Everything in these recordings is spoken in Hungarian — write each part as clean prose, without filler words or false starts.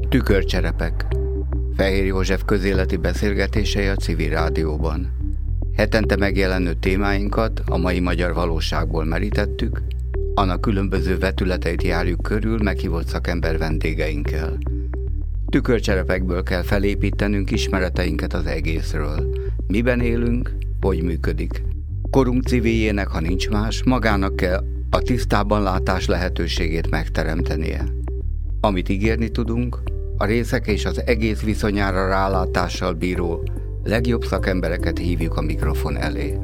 Tükörcserepek. Fehér József közéleti beszélgetései a Civil Rádióban. Hetente megjelenő témáinkat a mai magyar valóságból merítettük, annak különböző vetületeit járjuk körül meghívott szakember vendégeinkkel. Tükörcserepekből kell felépítenünk ismereteinket az egészről. Miben élünk, hogy működik. Korunk civiljének, ha nincs más, magának kell a tisztában látás lehetőségét megteremtenie. Amit ígérni tudunk, a részek és az egész viszonyára rálátással bíró legjobb szakembereket hívjuk a mikrofon elé.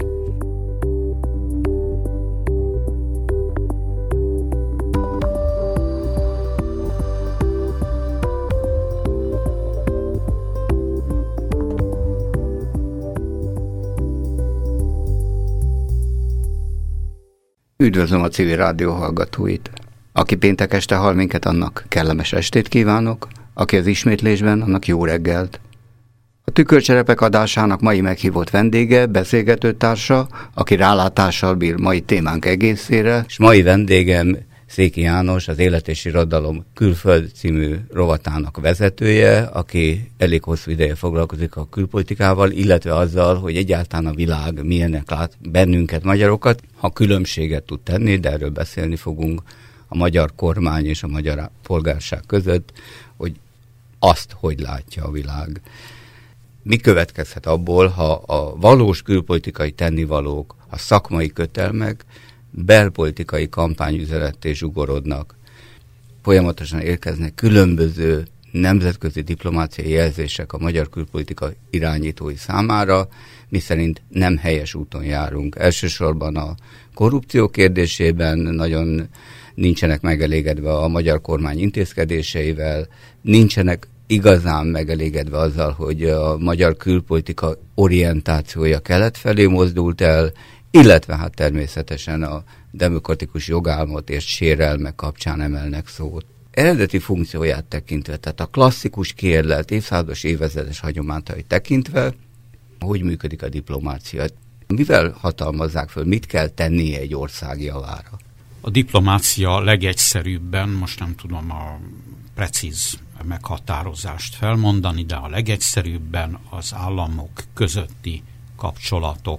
Üdvözlöm a Civil Rádió hallgatóit! Aki péntek este hall minket, annak kellemes estét kívánok, aki az ismétlésben, annak jó reggelt. A Tükörcserepek adásának mai meghívott vendége, beszélgetőtársa, aki rálátással bír mai témánk egészére, és mai vendégem Széki János, az Élet és Irodalom Külföld című rovatának vezetője, aki elég hosszú ideje foglalkozik a külpolitikával, illetve azzal, hogy egyáltalán a világ milyennek lát bennünket, magyarokat, ha különbséget tud tenni, de erről beszélni fogunk a magyar kormány és a magyar polgárság között, hogy azt, hogy látja a világ. Mi következhet abból, ha a valós külpolitikai tennivalók, a szakmai kötelmek belpolitikai kampányüzenetté zsugorodnak. Folyamatosan érkeznek különböző nemzetközi diplomáciai jelzések a magyar külpolitika irányítói számára, miszerint nem helyes úton járunk. Elsősorban a korrupció kérdésében nagyon nincsenek megelégedve a magyar kormány intézkedéseivel, nincsenek igazán megelégedve azzal, hogy a magyar külpolitika orientációja kelet felé mozdult el, illetve hát természetesen a demokratikus jogálmot és sérelmek kapcsán emelnek szót. Eredeti funkcióját tekintve, tehát a klasszikus kiérlelt évszázados évezredes hagyományait tekintve, hogy működik a diplomácia? Mivel hatalmazzák föl, mit kell tennie egy ország javára? A diplomácia legegyszerűbben, most nem tudom a precíz meghatározást felmondani, de a legegyszerűbben az államok közötti kapcsolatok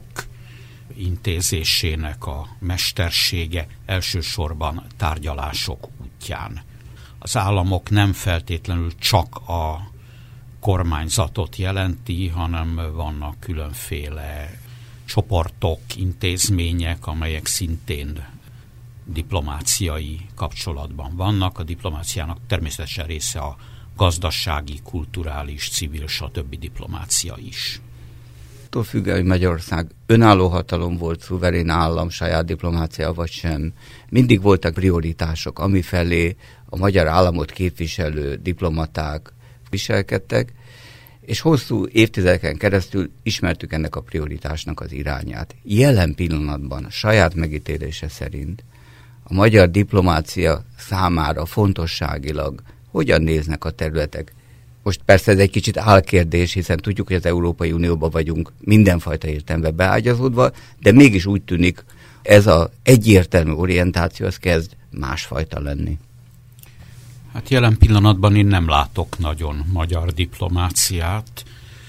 intézésének a mestersége elsősorban tárgyalások útján. Az államok nem feltétlenül csak a kormányzatot jelenti, hanem vannak különféle csoportok, intézmények, amelyek szintén diplomáciai kapcsolatban vannak. A diplomáciának természetesen része a gazdasági, kulturális, civil, stb. Diplomácia is. Attól függ, hogy Magyarország önálló hatalom volt, szuverén állam, saját diplomácia vagy sem. Mindig voltak prioritások, amifelé a magyar államot képviselő diplomaták viselkedtek, és hosszú évtizedeken keresztül ismertük ennek a prioritásnak az irányát. Jelen pillanatban saját megítélése szerint a magyar diplomácia számára fontosságilag hogyan néznek a területek? Most persze ez egy kicsit álkérdés, hiszen tudjuk, hogy az Európai Unióban vagyunk mindenfajta értelemben beágyazódva, de mégis úgy tűnik, ez az egyértelmű orientáció, az kezd másfajta lenni. Hát jelen pillanatban én nem látok nagyon magyar diplomáciát.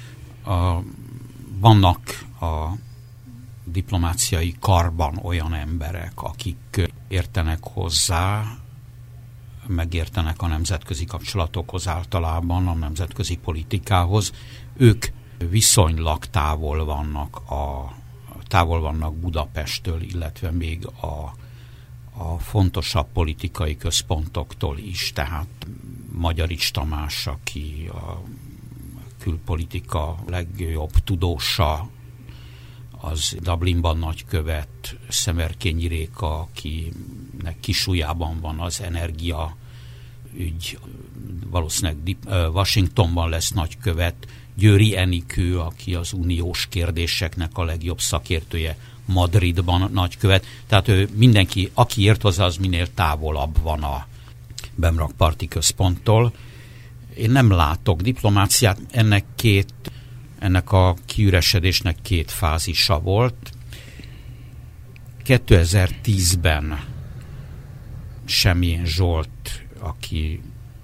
Vannak a diplomáciai karban olyan emberek, akik értenek hozzá, megértenek a nemzetközi kapcsolatokhoz általában, a nemzetközi politikához. Ők viszonylag távol vannak Budapesttől, illetve még a fontosabb politikai központoktól is, tehát Magyarics Tamás, aki a külpolitika legjobb tudósa, az Dublinban nagykövet, Szemerkényi Réka, akinek Kisujjában van az energia ügy, valószínűleg Washingtonban lesz nagykövet, Győri Enikő, aki az uniós kérdéseknek a legjobb szakértője, Madridban nagykövet. Tehát mindenki, aki ért hozzá, az minél távolabb van a Bemrakparti központtól. Én nem látok diplomáciát, ennek a kiüresedésnek két fázisa volt. 2010-ben Semjén Zsolt, aki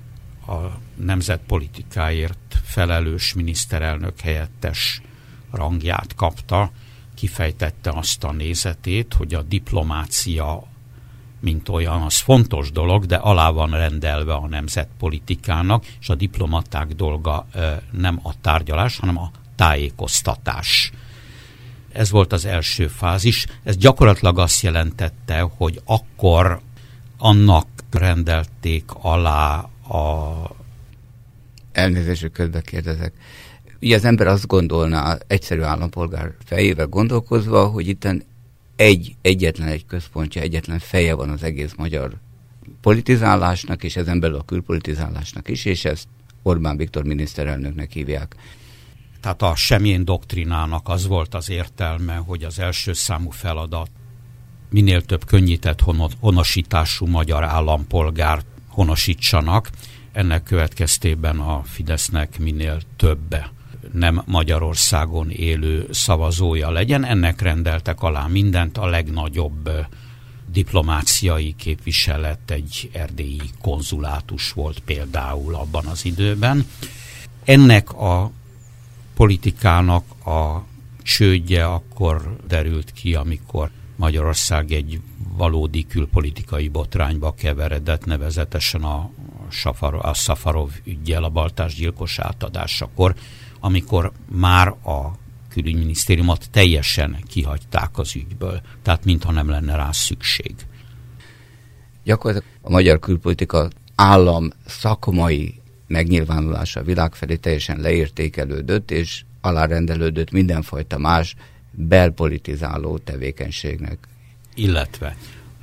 a nemzetpolitikáért felelős miniszterelnök helyettes rangját kapta, kifejtette azt a nézetét, hogy a diplomácia, mint olyan, az fontos dolog, de alá van rendelve a nemzetpolitikának, és a diplomaták dolga nem a tárgyalás, hanem a tájékoztatás. Ez volt az első fázis. Ez gyakorlatilag azt jelentette, hogy akkor annak rendelték alá a... Elnézést, hogy közbe kérdezek. Ugye az ember azt gondolná, egyszerű állampolgár fejével gondolkozva, hogy itten egyetlen egy központja, egyetlen feje van az egész magyar politizálásnak, és ezen belül a külpolitizálásnak is, és ezt Orbán Viktor miniszterelnöknek hívják. Tehát a semmilyen doktrinának az volt az értelme, hogy az első számú feladat minél több könnyített honosítású magyar állampolgárt honosítsanak. Ennek következtében a Fidesznek minél több nem Magyarországon élő szavazója legyen. Ennek rendeltek alá mindent. A legnagyobb diplomáciai képviselet egy erdélyi konzulátus volt például abban az időben. Ennek a politikának a csődje akkor derült ki, amikor Magyarország egy valódi külpolitikai botrányba keveredett, nevezetesen a Szafarov üggyel, a baltásgyilkos átadásakor, amikor már a külügyminisztériumot teljesen kihagyták az ügyből, tehát mintha nem lenne rá szükség. Gyakorlatilag a magyar külpolitika állam szakmai megnyilvánulása a világ felé teljesen leértékelődött, és alárendelődött mindenfajta más belpolitizáló tevékenységnek. Illetve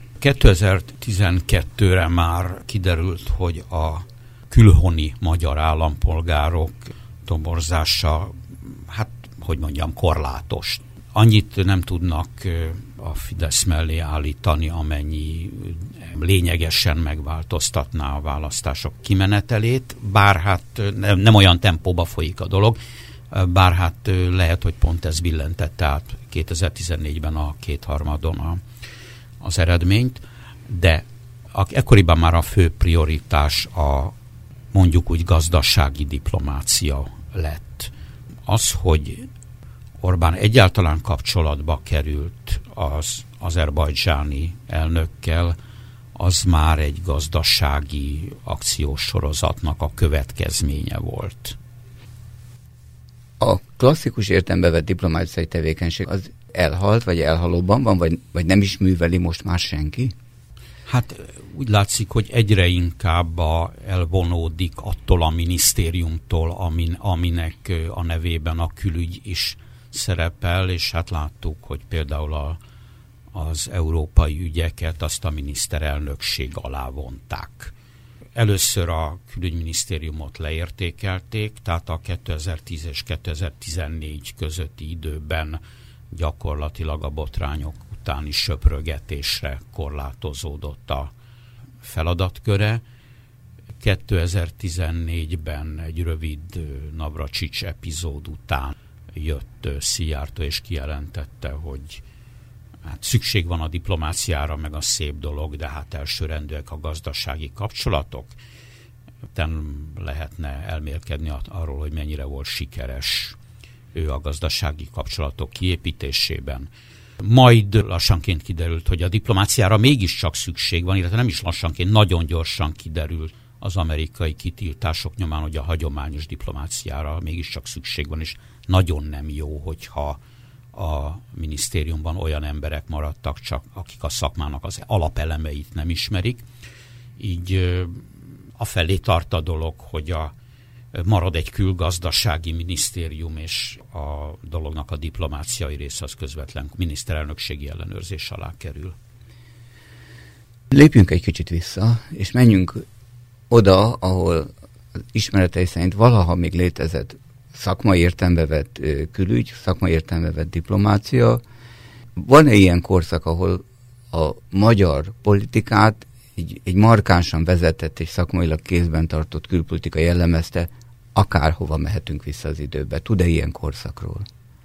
2012-re már kiderült, hogy a külhoni magyar állampolgárok toborzása, korlátos. Annyit nem tudnak a Fidesz mellé állítani, amennyi lényegesen megváltoztatná a választások kimenetelét, bár nem olyan tempóba folyik a dolog, bár lehet, hogy pont ez billentette át 2014-ben a kétharmadon az eredményt, de ekkoriban már a fő prioritás a mondjuk úgy gazdasági diplomácia lett. Az, hogy Orbán egyáltalán kapcsolatba került az azerbajdzsáni elnökkel, az már egy gazdasági akciós sorozatnak a következménye volt. A klasszikus értelembe vett diplomáciai tevékenység az elhalt, vagy elhalóban van, vagy nem is műveli most már senki? Hát úgy látszik, hogy egyre inkább elvonódik attól a minisztériumtól, aminek a nevében a külügy is szerepel, és hát láttuk, hogy például az európai ügyeket azt a miniszterelnökség alá vonták. Először a külügyminisztériumot leértékelték, tehát a 2010 és 2014 közötti időben gyakorlatilag a botrányok utáni söprögetésre korlátozódott a feladatköre. 2014-ben egy rövid Navracsics epizód után jött Szijjártó és kijelentette, hogy szükség van a diplomáciára, meg a szép dolog, de elsőrendűek a gazdasági kapcsolatok. Nem lehetne elmélkedni arról, hogy mennyire volt sikeres ő a gazdasági kapcsolatok kiépítésében. Majd lassanként kiderült, hogy a diplomáciára mégiscsak szükség van, illetve nem is lassanként, nagyon gyorsan kiderült az amerikai kitiltások nyomán, hogy a hagyományos diplomáciára mégiscsak szükség van, és nagyon nem jó, hogyha a minisztériumban olyan emberek maradtak csak, akik a szakmának az alapelemeit nem ismerik. Így afelé tart a dolog, hogy marad egy külgazdasági minisztérium, és a dolognak a diplomáciai része az közvetlen miniszterelnökségi ellenőrzés alá kerül. Lépjünk egy kicsit vissza, és menjünk oda, ahol ismeretei szerint valaha még létezett szakmai értelembe vett külügy, szakmai értelembe vett diplomácia. Van-e ilyen korszak, ahol a magyar politikát egy markánsan vezetett és szakmailag kézben tartott külpolitika jellemezte, akárhova mehetünk vissza az időbe? Tud-e ilyen korszakról?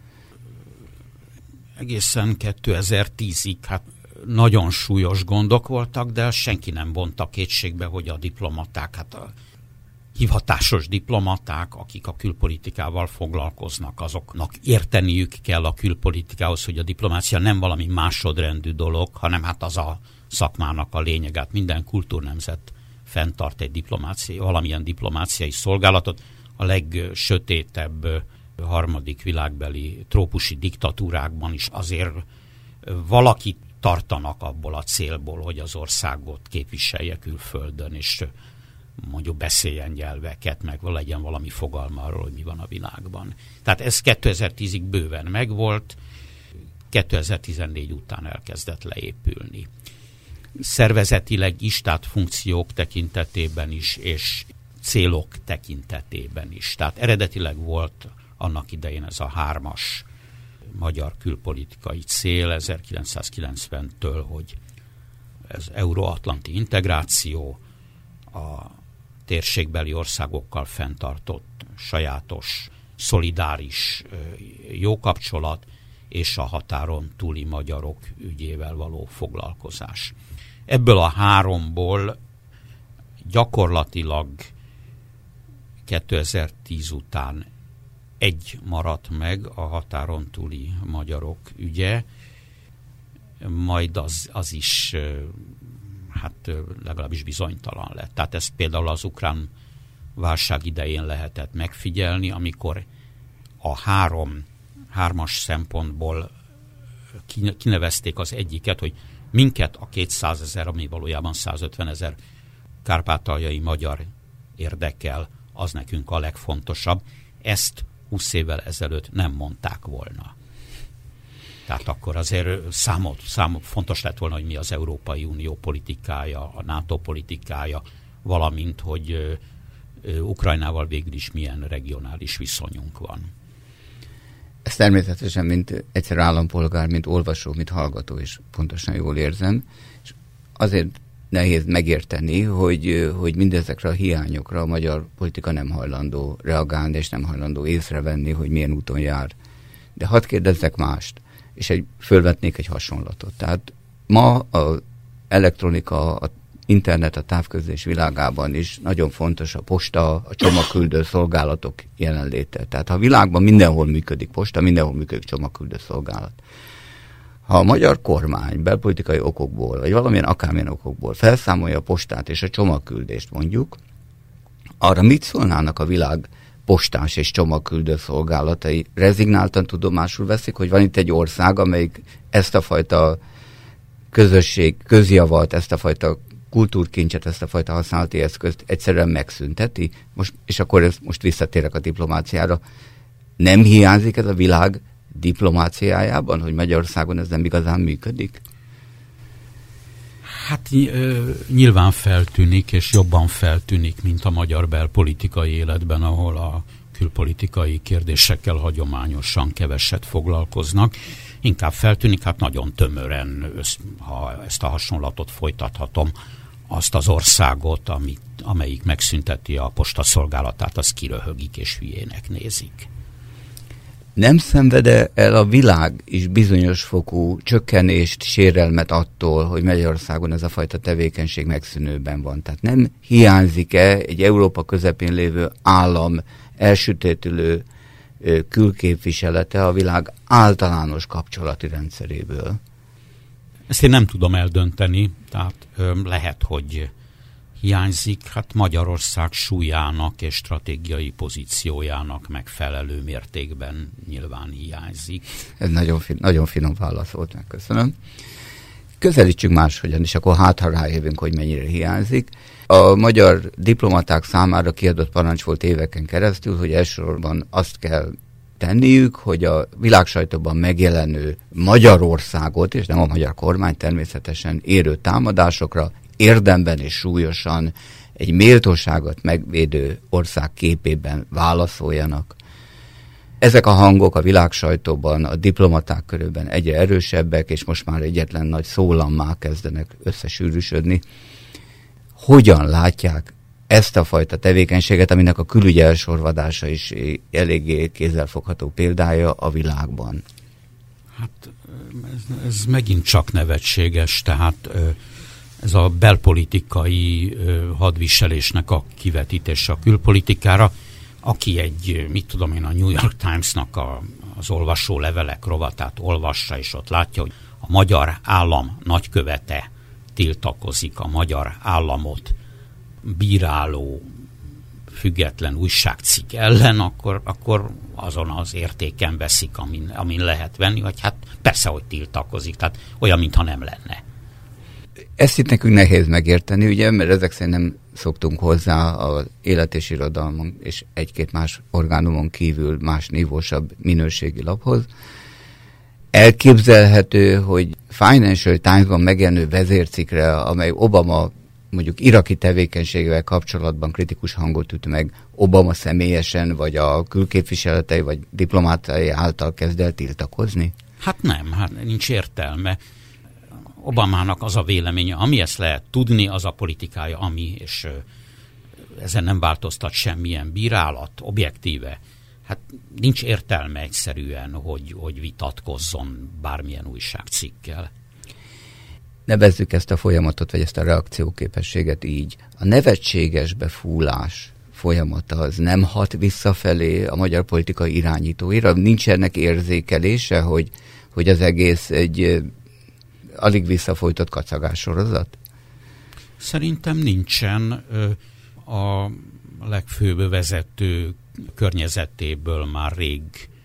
Egészen 2010-ig nagyon súlyos gondok voltak, de senki nem vonta kétségbe, hogy a diplomaták hivatásos diplomaták, akik a külpolitikával foglalkoznak, azoknak érteniük kell a külpolitikához, hogy a diplomácia nem valami másodrendű dolog, hanem hát az a szakmának a lényeg. Hát minden kultúrnemzet fenntart egy valamilyen diplomáciai szolgálatot. A legsötétebb harmadik világbeli trópusi diktatúrákban is azért valakit tartanak abból a célból, hogy az országot képviselje külföldön, és mondjuk beszéljen nyelveket, meg legyen valami fogalma arról, hogy mi van a világban. Tehát ez 2010-ig bőven megvolt, 2014 után elkezdett leépülni. Szervezetileg is, tehát funkciók tekintetében is, és célok tekintetében is. Tehát eredetileg volt annak idején ez a 3-as magyar külpolitikai cél 1990-től, hogy ez euróatlanti integráció, a térségbeli országokkal fenntartott sajátos, szolidáris jó kapcsolat, és a határon túli magyarok ügyével való foglalkozás. Ebből a 3-ból gyakorlatilag 2010 után egy maradt meg, a határon túli magyarok ügye, majd az is hát legalábbis bizonytalan lett. Tehát ezt például az ukrán válság idején lehetett megfigyelni, amikor a 3-as szempontból kinevezték az egyiket, hogy minket a 200 000, ami valójában 150 000 kárpátaljai magyar érdekel, az nekünk a legfontosabb. Ezt 20 évvel ezelőtt nem mondták volna. Tehát akkor azért fontos lett volna, hogy mi az Európai Unió politikája, a NATO politikája, valamint, hogy Ukrajnával végül is milyen regionális viszonyunk van. Ezt természetesen, mint egyszer állampolgár, mint olvasó, mint hallgató is pontosan jól érzem, és azért nehéz megérteni, hogy mindezekre a hiányokra a magyar politika nem hajlandó reagálni, és nem hajlandó észrevenni, hogy milyen úton jár. De hadd kérdezzek mást, és fölvetnék egy hasonlatot. Tehát ma az elektronika, az internet, a távközlés világában is nagyon fontos a posta, a csomagküldő szolgálatok jelenléte. Tehát ha a világban mindenhol működik posta, mindenhol működik csomagküldő szolgálat. Ha a magyar kormány belpolitikai okokból, vagy valamilyen akármilyen okokból felszámolja a postát és a csomagküldést mondjuk, arra mit szólnának a világ postás és csomagküldő szolgálatai? Rezignáltan tudomásul veszik, hogy van itt egy ország, amelyik ezt a fajta közjavat, ezt a fajta kultúrkincset, ezt a fajta használati eszközt egyszerűen megszünteti? És akkor most visszatérek a diplomáciára. Nem hiányzik ez a világ diplomáciájában, hogy Magyarországon ez nem igazán működik? Hát nyilván feltűnik, és jobban feltűnik, mint a magyar belpolitikai életben, ahol a külpolitikai kérdésekkel hagyományosan keveset foglalkoznak. Inkább feltűnik, hát nagyon tömören, ha ezt a hasonlatot folytathatom, azt az országot, amelyik megszünteti a postaszolgálatát, az kiröhögik és hülyének nézik. Nem szenved el a világ is bizonyos fokú csökkenést, sérelmet attól, hogy Magyarországon ez a fajta tevékenység megszűnőben van? Tehát nem hiányzik-e egy Európa közepén lévő állam elsütétülő külképviselete a világ általános kapcsolati rendszeréből? Ezt én nem tudom eldönteni, tehát lehet, hogy hiányzik, hát Magyarország súlyának és stratégiai pozíciójának megfelelő mértékben nyilván hiányzik. Ez nagyon finom válasz volt, megköszönöm. Közelítsük máshogyan, és akkor ha rájövünk, hogy mennyire hiányzik. A magyar diplomaták számára kiadott parancs volt éveken keresztül, hogy elsősorban azt kell tenniük, hogy a világsajtóban megjelenő Magyarországot, és nem a magyar kormány természetesen érő támadásokra érdemben és súlyosan egy méltóságot megvédő ország képében válaszoljanak. Ezek a hangok a világsajtóban, a diplomaták körében egyre erősebbek, és most már egyetlen nagy szólammá kezdenek összesűrűsödni. Hogyan látják ezt a fajta tevékenységet, aminek a külügy elsorvadása is eléggé kézzelfogható példája a világban? Hát ez megint csak nevetséges, tehát ez a belpolitikai hadviselésnek a kivetítése a külpolitikára. Aki a New York Times-nak az olvasó levelek rovatát olvassa, és ott látja, hogy a magyar állam nagykövete tiltakozik a magyar államot bíráló független újságcikk ellen, akkor azon az értéken veszik, amin lehet venni, vagy hát persze, hogy tiltakozik, tehát olyan, mintha nem lenne. Ezt itt nekünk nehéz megérteni, ugye, mert ezek szerint nem szoktunk hozzá az Élet és Irodalmon és egy-két más orgánumon kívül más nívósabb minőségi laphoz. Elképzelhető, hogy Financial Times-ban megjelenő vezércikkre, amely Obama mondjuk iraki tevékenységével kapcsolatban kritikus hangot üt meg, Obama személyesen, vagy a külképviseletei, vagy diplomátai által kezd el tiltakozni? Hát nem, nincs értelme. Obamának az a véleménye, ami ezt lehet tudni, az a politikája, ami, és ezen nem változtat semmilyen bírálat, objektíve. Hát nincs értelme egyszerűen, hogy vitatkozzon bármilyen újságcikkel. Nevezzük ezt a folyamatot, vagy ezt a reakcióképességet így. A nevetséges befúlás folyamata az nem hat visszafelé a magyar politikai irányítóira? Nincs ennek érzékelése, hogy az egész egy alig visszafolytott kacagás sorozat? Szerintem nincsen. A legfőbb vezető környezetéből már rég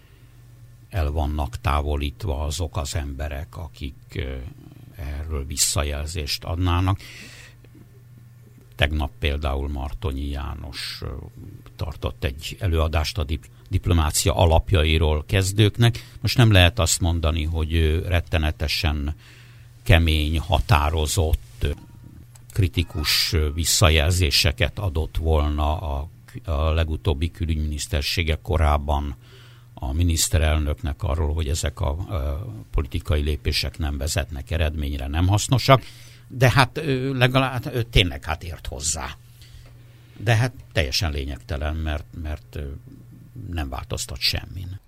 el vannak távolítva azok az emberek, akik erről visszajelzést adnának. Tegnap például Martonyi János tartott egy előadást a diplomácia alapjairól kezdőknek. Most nem lehet azt mondani, hogy rettenetesen kemény, határozott, kritikus visszajelzéseket adott volna a legutóbbi külügyminisztersége korában a miniszterelnöknek arról, hogy ezek a politikai lépések nem vezetnek eredményre, nem hasznosak, de hát legalább tényleg ért hozzá. De hát teljesen lényegtelen, mert nem változtat semmin.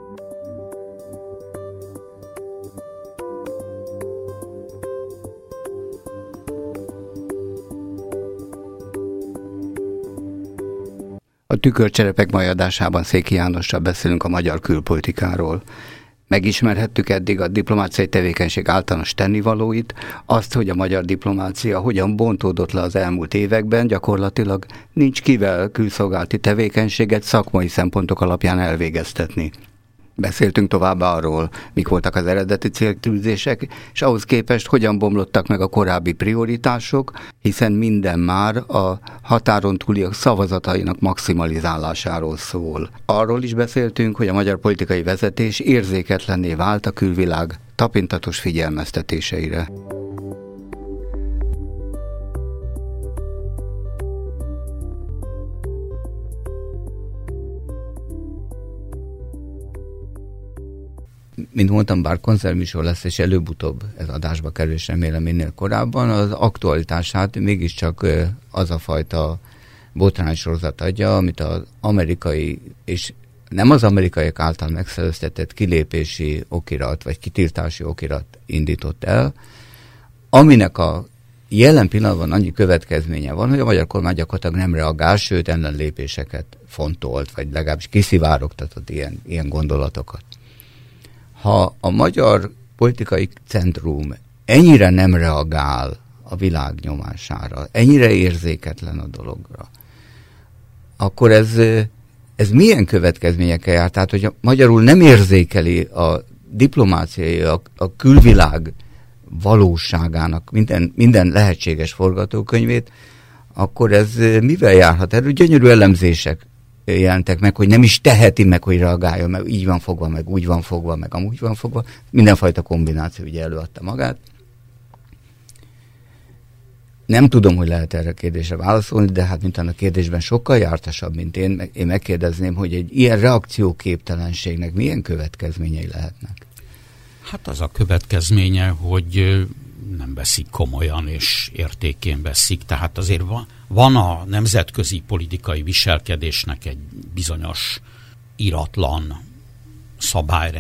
A Tükörcserepek mai adásában Székely Jánossal beszélünk a magyar külpolitikáról. Megismerhettük eddig a diplomáciai tevékenység általános tennivalóit, azt, hogy a magyar diplomácia hogyan bontódott le az elmúlt években, gyakorlatilag nincs kivel külszolgálati tevékenységet szakmai szempontok alapján elvégeztetni. Beszéltünk továbbá arról, mik voltak az eredeti céltűzések, és ahhoz képest hogyan bomlottak meg a korábbi prioritások, hiszen minden már a határon túliak szavazatainak maximalizálásáról szól. Arról is beszéltünk, hogy a magyar politikai vezetés érzéketlenné vált a külvilág tapintatos figyelmeztetéseire. Mint mondtam, bár koncertműsor lesz, és előbb-utóbb ez adásba kerül, és remélem minél korábban, az aktualitását mégiscsak az a fajta botránysorozat adja, amit az amerikai, és nem az amerikaiak által megszereztetett kilépési okirat, vagy kitiltási okirat indított el, aminek a jelen pillanatban annyi következménye van, hogy a magyar kormány gyakorlatilag nem reagál, sőt ellenlépéseket fontolt, vagy legalábbis kiszivárogtatott ilyen gondolatokat. Ha a magyar politikai centrum ennyire nem reagál a világ nyomására, ennyire érzéketlen a dologra, akkor ez milyen következményekkel jár? Tehát, hogy magyarul nem érzékeli a diplomáciai, a külvilág valóságának minden lehetséges forgatókönyvét, akkor ez mivel járhat? Erről gyönyörű elemzések jelentek meg, hogy nem is teheti meg, hogy reagáljon, meg így van fogva, meg úgy van fogva, meg amúgy van fogva. Mindenfajta kombináció ugye előadta magát. Nem tudom, hogy lehet erre a kérdésre válaszolni, de hát mint a kérdésben sokkal jártasabb, mint én megkérdezném, hogy egy ilyen reakcióképtelenségnek milyen következményei lehetnek? Hát az a következménye, hogy nem veszik komolyan, és értékén veszik. Tehát azért van a nemzetközi politikai viselkedésnek egy bizonyos iratlan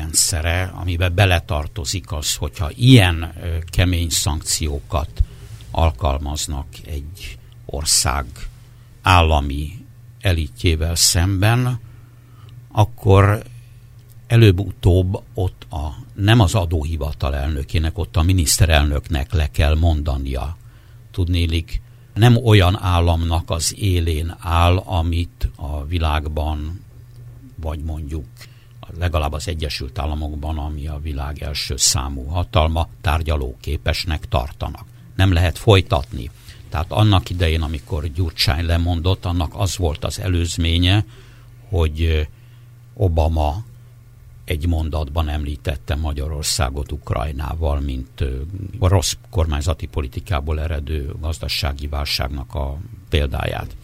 szabályrendszere, amiben beletartozik az, hogyha ilyen kemény szankciókat alkalmaznak egy ország állami elitjével szemben, akkor előbb-utóbb ott nem az adóhivatal elnökének, ott a miniszterelnöknek le kell mondania. Tudnélik, nem olyan államnak az élén áll, amit a világban, vagy mondjuk legalább az Egyesült Államokban, ami a világ első számú hatalma, tárgyalóképesnek tartanak. Nem lehet folytatni. Tehát annak idején, amikor Gyurcsány lemondott, annak az volt az előzménye, hogy Obama egy mondatban említette Magyarországot Ukrajnával, mint a rossz kormányzati politikából eredő gazdasági válságnak a példáját.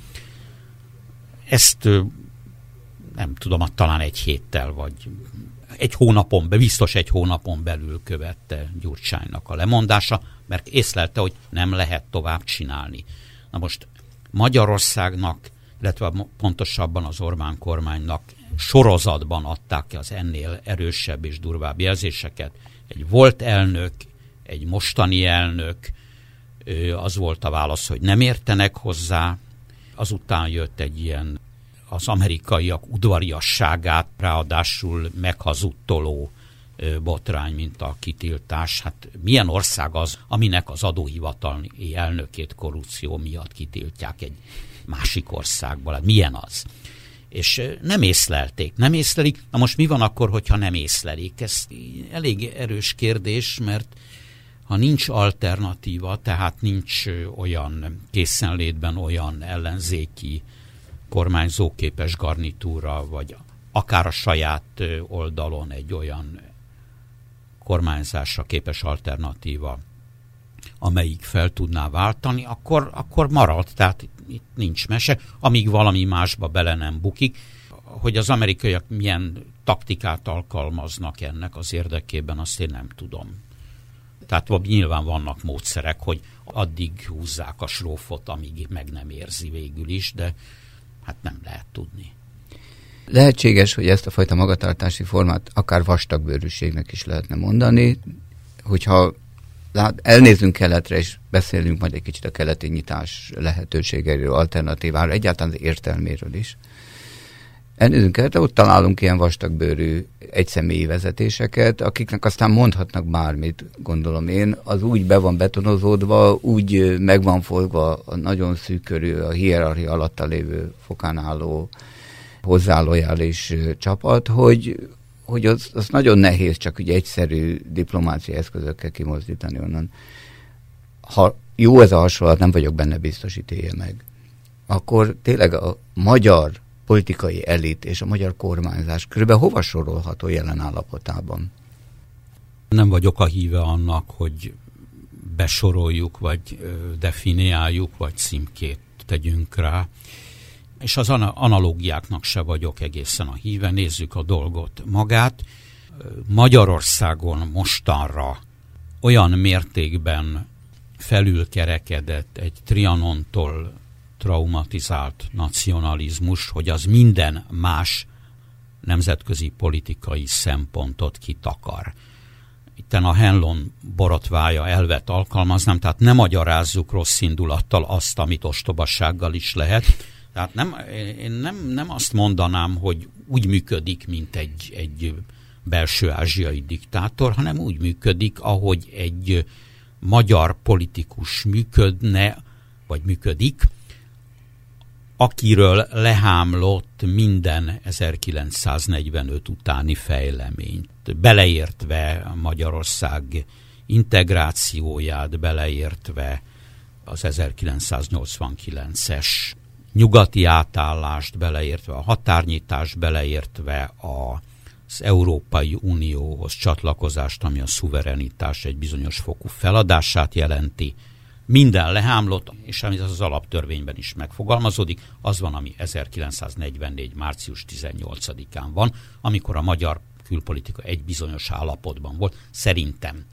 Ezt nem tudom, talán egy héttel, vagy biztos egy hónapon belül követte Gyurcsánynak a lemondása, mert észlelte, hogy nem lehet tovább csinálni. Na most Magyarországnak, illetve pontosabban az Orbán kormánynak sorozatban adták ki az ennél erősebb és durvább jelzéseket. Egy volt elnök, egy mostani elnök, az volt a válasz, hogy nem értenek hozzá. Azután jött egy ilyen az amerikaiak udvariasságát ráadásul meghazudtoló botrány, mint a kitiltás. Hát milyen ország az, aminek az adóhivatali elnökét korrupció miatt kitiltják egy másik országból? Hát milyen az? És nem észlelik. Na most mi van akkor, hogyha nem észlelik? Ez elég erős kérdés, mert ha nincs alternatíva, tehát nincs olyan készenlétben olyan ellenzéki kormányzóképes garnitúra, vagy akár a saját oldalon egy olyan kormányzásra képes alternatíva, amelyik fel tudná váltani, akkor marad, tehát itt nincs mese, amíg valami másba bele nem bukik. Hogy az amerikaiak milyen taktikát alkalmaznak ennek az érdekében, azt én nem tudom. Tehát nyilván vannak módszerek, hogy addig húzzák a srófot, amíg meg nem érzi végül is, de hát nem lehet tudni. Lehetséges, hogy ezt a fajta magatartási formát akár vastagbőrűségnek is lehetne mondani, hogyha elnézünk keletre, és beszélünk majd egy kicsit a keleti nyitás lehetőségeiről, alternatíváról, egyáltalán az értelméről is. Elnézünk keletre, ott találunk ilyen vastagbőrű egyszemélyi vezetéseket, akiknek aztán mondhatnak bármit, gondolom én. Az úgy be van betonozódva, úgy meg van fogva a nagyon szűk körű, a hierarchia alatt lévő fokán álló hozzá lojális csapat, hogy az nagyon nehéz csak ugye egyszerű diplomáciai eszközökkel kimozdítani onnan. Ha jó ez a hasonlat, nem vagyok benne biztos, ítélje meg, akkor tényleg a magyar politikai elit és a magyar kormányzás körülbelül hova sorolható jelen állapotában? Nem vagyok a híve annak, hogy besoroljuk, vagy definiáljuk, vagy címkét tegyünk rá. És az analógiáknak se vagyok egészen a híve. Nézzük a dolgot magát. Magyarországon mostanra olyan mértékben felülkerekedett egy Trianontól traumatizált nacionalizmus, hogy az minden más nemzetközi politikai szempontot kitakar. Itten a Henlon borotvája elvet alkalmaznám, tehát ne magyarázzuk rossz indulattal azt, amit ostobasággal is lehet. Tehát én nem azt mondanám, hogy úgy működik, mint egy belső ázsiai diktátor, hanem úgy működik, ahogy egy magyar politikus működne, vagy működik, akiről lehámlott minden 1945 utáni fejleményt, beleértve Magyarország integrációját, beleértve az 1989-es nyugati átállást, beleértve a határnyitást, beleértve az Európai Unióhoz csatlakozást, ami a szuverenitás egy bizonyos fokú feladását jelenti. Minden lehámlott, és ami az alaptörvényben is megfogalmazódik, az van, ami 1944. március 18-án van, amikor a magyar külpolitika egy bizonyos állapotban volt. Szerintem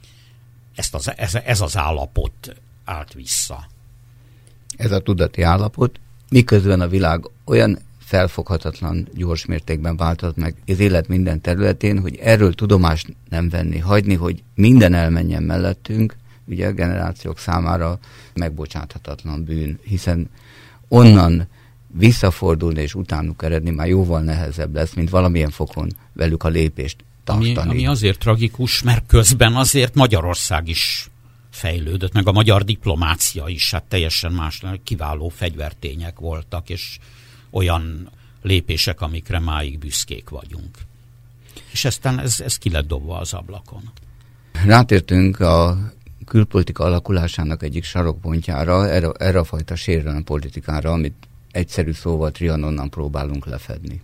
ez az állapot állt vissza. Ez a tudati állapot, miközben a világ olyan felfoghatatlan gyors mértékben változott meg az élet minden területén, hogy erről tudomást nem venni, hagyni, hogy minden elmenjen mellettünk, ugye generációk számára megbocsáthatatlan bűn, hiszen onnan visszafordulni és utánuk eredni már jóval nehezebb lesz, mint valamilyen fokon velük a lépést tartani. Ami azért tragikus, mert közben azért Magyarország is fejlődött, meg a magyar diplomácia is, hát teljesen más, kiváló fegyvertények voltak, és olyan lépések, amikre máig büszkék vagyunk. És aztán ez ki lett dobva az ablakon. Rátértünk a külpolitika alakulásának egyik sarokpontjára, erre a fajta sérelem politikára, amit egyszerű szóval Trianonnan próbálunk lefedni.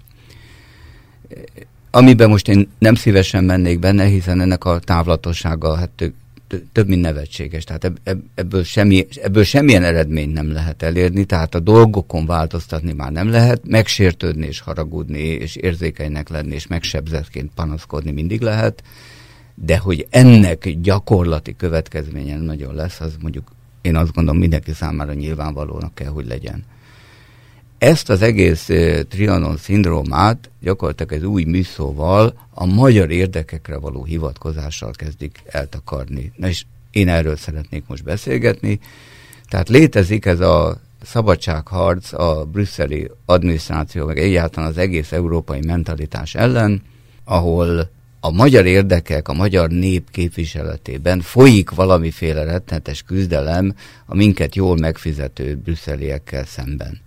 Amiben most én nem szívesen mennék benne, hiszen ennek a távlatossága hát több mint nevetséges. Tehát ebből semmilyen eredményt nem lehet elérni, tehát a dolgokon változtatni már nem lehet, megsértődni és haragudni, és érzékenynek lenni, és megsebzettként panaszkodni mindig lehet, de hogy ennek gyakorlati következménye nagyon lesz, az mondjuk én azt gondolom mindenki számára nyilvánvalónak kell, hogy legyen. Ezt az egész Trianon-szindrómát gyakorlatilag ez új műszóval, a magyar érdekekre való hivatkozással kezdik eltakarni. Na és én erről szeretnék most beszélgetni. Tehát létezik ez a szabadságharc a brüsszeli adminisztráció, meg egyáltalán az egész európai mentalitás ellen, ahol a magyar érdekek, a magyar nép képviseletében folyik valamiféle rettenetes küzdelem a minket jól megfizető brüsszeliekkel szemben.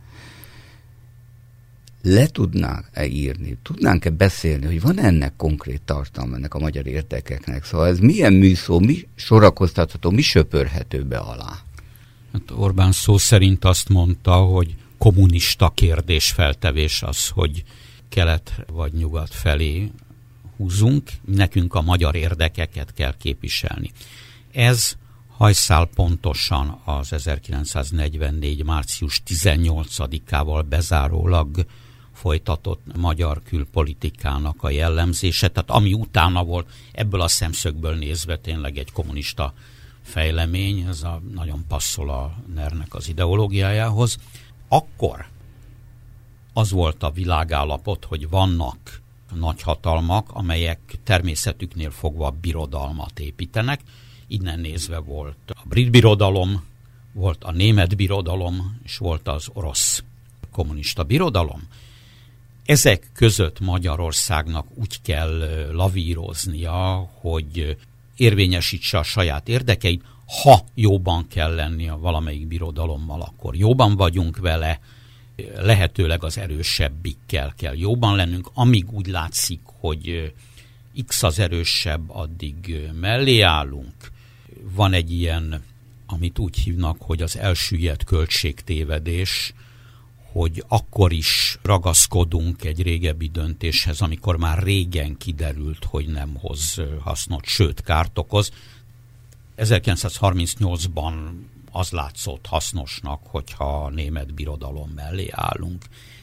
Le tudnánk-e írni, tudnánk-e beszélni, hogy van ennek konkrét tartalma, ennek a magyar érdekeknek? Szóval ez milyen műszó, mi sorakoztatható, mi söpörhető be alá? Hát Orbán szó szerint azt mondta, hogy kommunista kérdésfeltevés az, hogy kelet vagy nyugat felé húzunk, nekünk a magyar érdekeket kell képviselni. Ez hajszál pontosan az 1944. március 18-ával bezárólag folytatott magyar külpolitikának a jellemzése, tehát ami utána volt, ebből a szemszögből nézve tényleg egy kommunista fejlemény, ez nagyon passzol a NER-nek az ideológiájához. Akkor az volt a világállapot, hogy vannak nagyhatalmak, amelyek természetüknél fogva birodalmat építenek. Innen nézve volt a brit birodalom, volt a német birodalom, és volt az orosz kommunista birodalom. Ezek között Magyarországnak úgy kell lavíroznia, hogy érvényesítse a saját érdekeit. Ha jóban kell lenni a valamelyik birodalommal, akkor jóban vagyunk vele, lehetőleg az erősebbikkel kell jóban lennünk. Amíg úgy látszik, hogy X az erősebb, addig mellé állunk. Van egy ilyen, amit úgy hívnak, hogy az elsüllyedt költségtévedés, hogy akkor is ragaszkodunk egy régebbi döntéshez, amikor már régen kiderült, hogy nem hoz hasznot, sőt kárt okoz. 1938-ban az látszott hasznosnak, hogyha a német birodalom mellé állunk.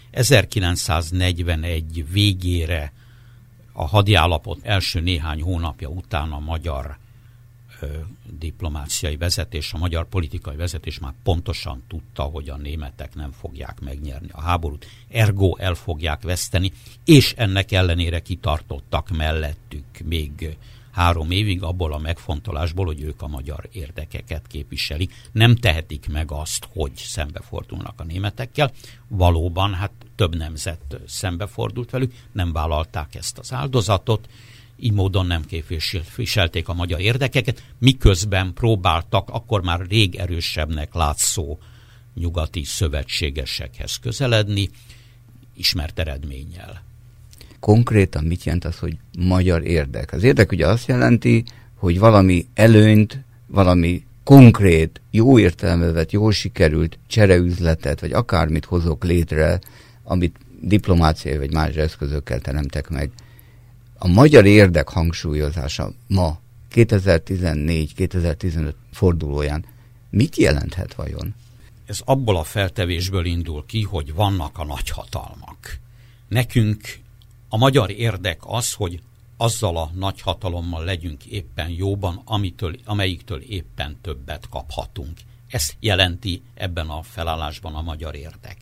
1941 végére, a hadiállapot első néhány hónapja után a magyar diplomáciai vezetés, a magyar politikai vezetés már pontosan tudta, hogy a németek nem fogják megnyerni a háborút, ergo el fogják veszteni, és ennek ellenére kitartottak mellettük még 3 évig abból a megfontolásból, hogy ők a magyar érdekeket képviselik. Nem tehetik meg azt, hogy szembefordulnak a németekkel. Valóban, hát több nemzet szembefordult velük, nem vállalták ezt az áldozatot, így módon nem képviselték a magyar érdekeket, miközben próbáltak akkor már rég erősebbnek látszó nyugati szövetségesekhez közeledni, ismert eredménnyel. Konkrétan mit jelent az, hogy magyar érdek? Az érdek ugye azt jelenti, hogy valami előnyt, valami konkrét, jó értelembe vett, jól sikerült csereüzletet, vagy akármit hozok létre, amit diplomáciai vagy más eszközökkel teremtek meg. A magyar érdek hangsúlyozása ma, 2014-2015 fordulóján mit jelenthet vajon? Ez abból a feltevésből indul ki, hogy vannak a nagyhatalmak. Nekünk a magyar érdek az, hogy azzal a nagyhatalommal legyünk éppen jóban, amelyiktől éppen többet kaphatunk. Ezt jelenti ebben a felállásban a magyar érdek.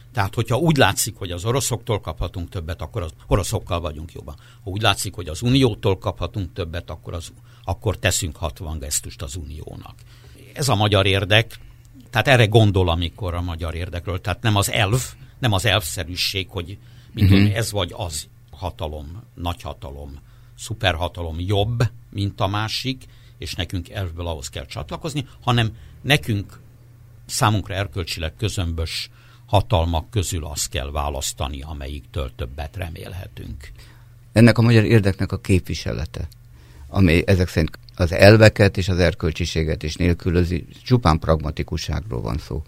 Tehát, hogyha úgy látszik, hogy az oroszoktól kaphatunk többet, akkor az oroszokkal vagyunk jobban. Ha úgy látszik, hogy az Uniótól kaphatunk többet, akkor teszünk 60 gesztust az Uniónak. Ez a magyar érdek, tehát erre gondol, amikor a magyar érdekről, tehát nem az elvszerűség, hogy ez vagy az hatalom, nagyhatalom, szuperhatalom jobb, mint a másik, és nekünk elvből ahhoz kell csatlakozni, hanem nekünk számunkra erkölcsileg közömbös hatalmak közül azt kell választani, amelyiktől többet remélhetünk. Ennek a magyar érdeknek a képviselete, ami ezek szerint az elveket és az erkölcsiséget is nélkülözi, csupán pragmatikusságról van szó.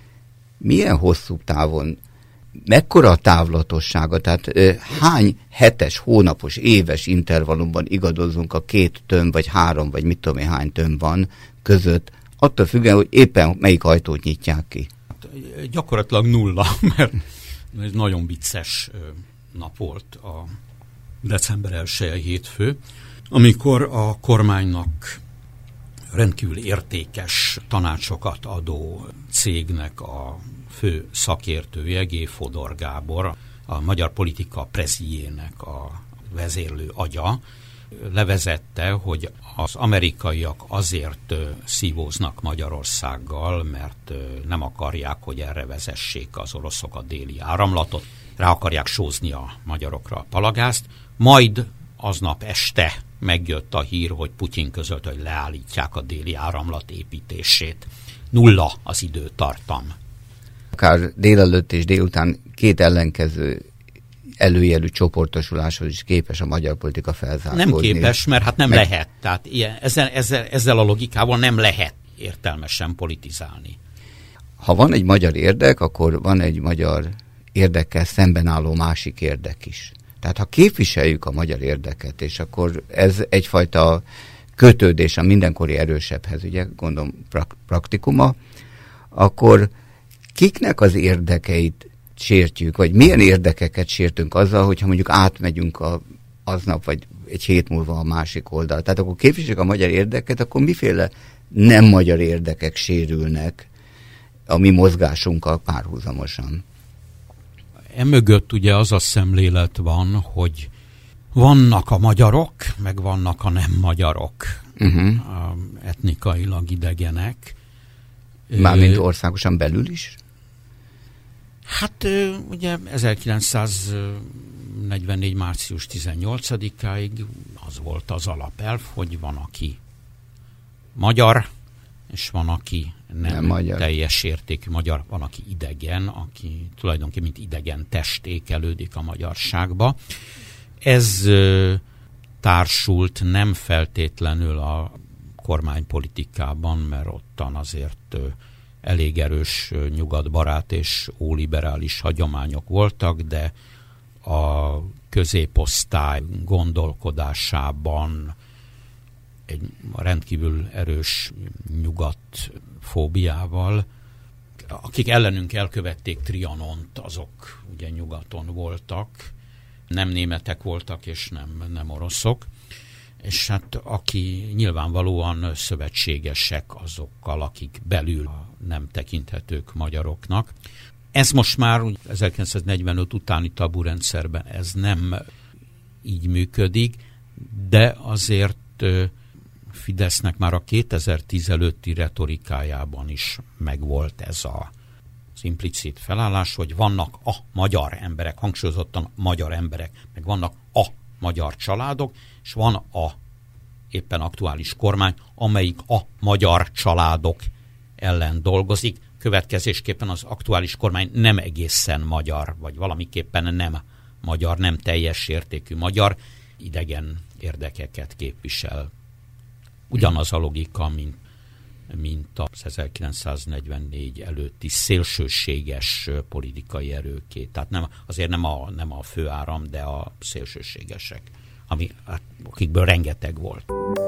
Milyen hosszú távon, mekkora a távlatossága, tehát hány hetes, hónapos, éves intervallumban igadozunk a 2 tömb, vagy 3, vagy mit tudom én hány tömb van között, attól függően, hogy éppen melyik ajtót nyitják ki? Gyakorlatilag 0, mert ez nagyon vicces nap volt a december 1-i hétfő, amikor a kormánynak rendkívül értékes tanácsokat adó cégnek a fő szakértője, G. Fodor Gábor, a magyar politika preziének a vezérlő agya, levezette, hogy az amerikaiak azért szívóznak Magyarországgal, mert nem akarják, hogy erre vezessék az oroszok a déli áramlatot, rá akarják sózni a magyarokra a palagázt, majd aznap este megjött a hír, hogy Putyin között, hogy leállítják a déli áramlat építését. 0 az időtartam. Akár délelőtt és délután 2 ellenkező előjelű csoportosuláshoz is képes a magyar politika felzárkózni. Nem képes, mert hát nem lehet. Tehát ezzel a logikával nem lehet értelmesen politizálni. Ha van egy magyar érdek, akkor van egy magyar érdekkel szemben álló másik érdek is. Tehát ha képviseljük a magyar érdeket, és akkor ez egyfajta kötődés a mindenkori erősebbhez, ugye gondolom praktikuma, akkor kiknek az érdekeit sértjük, vagy milyen érdekeket sértünk azzal, hogyha mondjuk átmegyünk aznap, vagy egy hét múlva a másik oldal. Tehát akkor képviseljük a magyar érdeket, akkor miféle nem magyar érdekek sérülnek a mi mozgásunkkal párhuzamosan. Emögött ugye az a szemlélet van, hogy vannak a magyarok, meg vannak a nem magyarok, etnikailag idegenek. Mármint országosan belül is? Hát ugye 1944. március 18-áig az volt az alapelv, hogy van, aki magyar, és van, aki nem magyar. Teljes értékű magyar, van, aki idegen, aki tulajdonképpen mint idegen test ékelődik a magyarságba. Ez társult nem feltétlenül a kormánypolitikában, mert ottan azért elég erős nyugatbarát és óliberális hagyományok voltak, de a középosztály gondolkodásában egy rendkívül erős nyugatfóbiával, akik ellenünk elkövették Trianont, azok ugye nyugaton voltak, nem németek voltak és nem oroszok, és hát aki nyilvánvalóan szövetségesek azokkal, akik belül nem tekinthetők magyaroknak. Ez most már 1945 utáni taburendszerben ez nem így működik, de azért Fidesznek már a 2010 előtti retorikájában is megvolt ez az implicit felállás, hogy vannak a magyar emberek, hangsúlyozottan magyar emberek, meg vannak a magyar családok, és van a éppen aktuális kormány, amelyik a magyar családok ellen dolgozik. Következésképpen az aktuális kormány nem egészen magyar, vagy valamiképpen nem magyar, nem teljes értékű magyar, idegen érdekeket képvisel. Ugyanaz a logika, mint az 1944 előtti szélsőséges politikai erőké. Tehát azért nem a főáram, de a szélsőségesek, akikből rengeteg volt.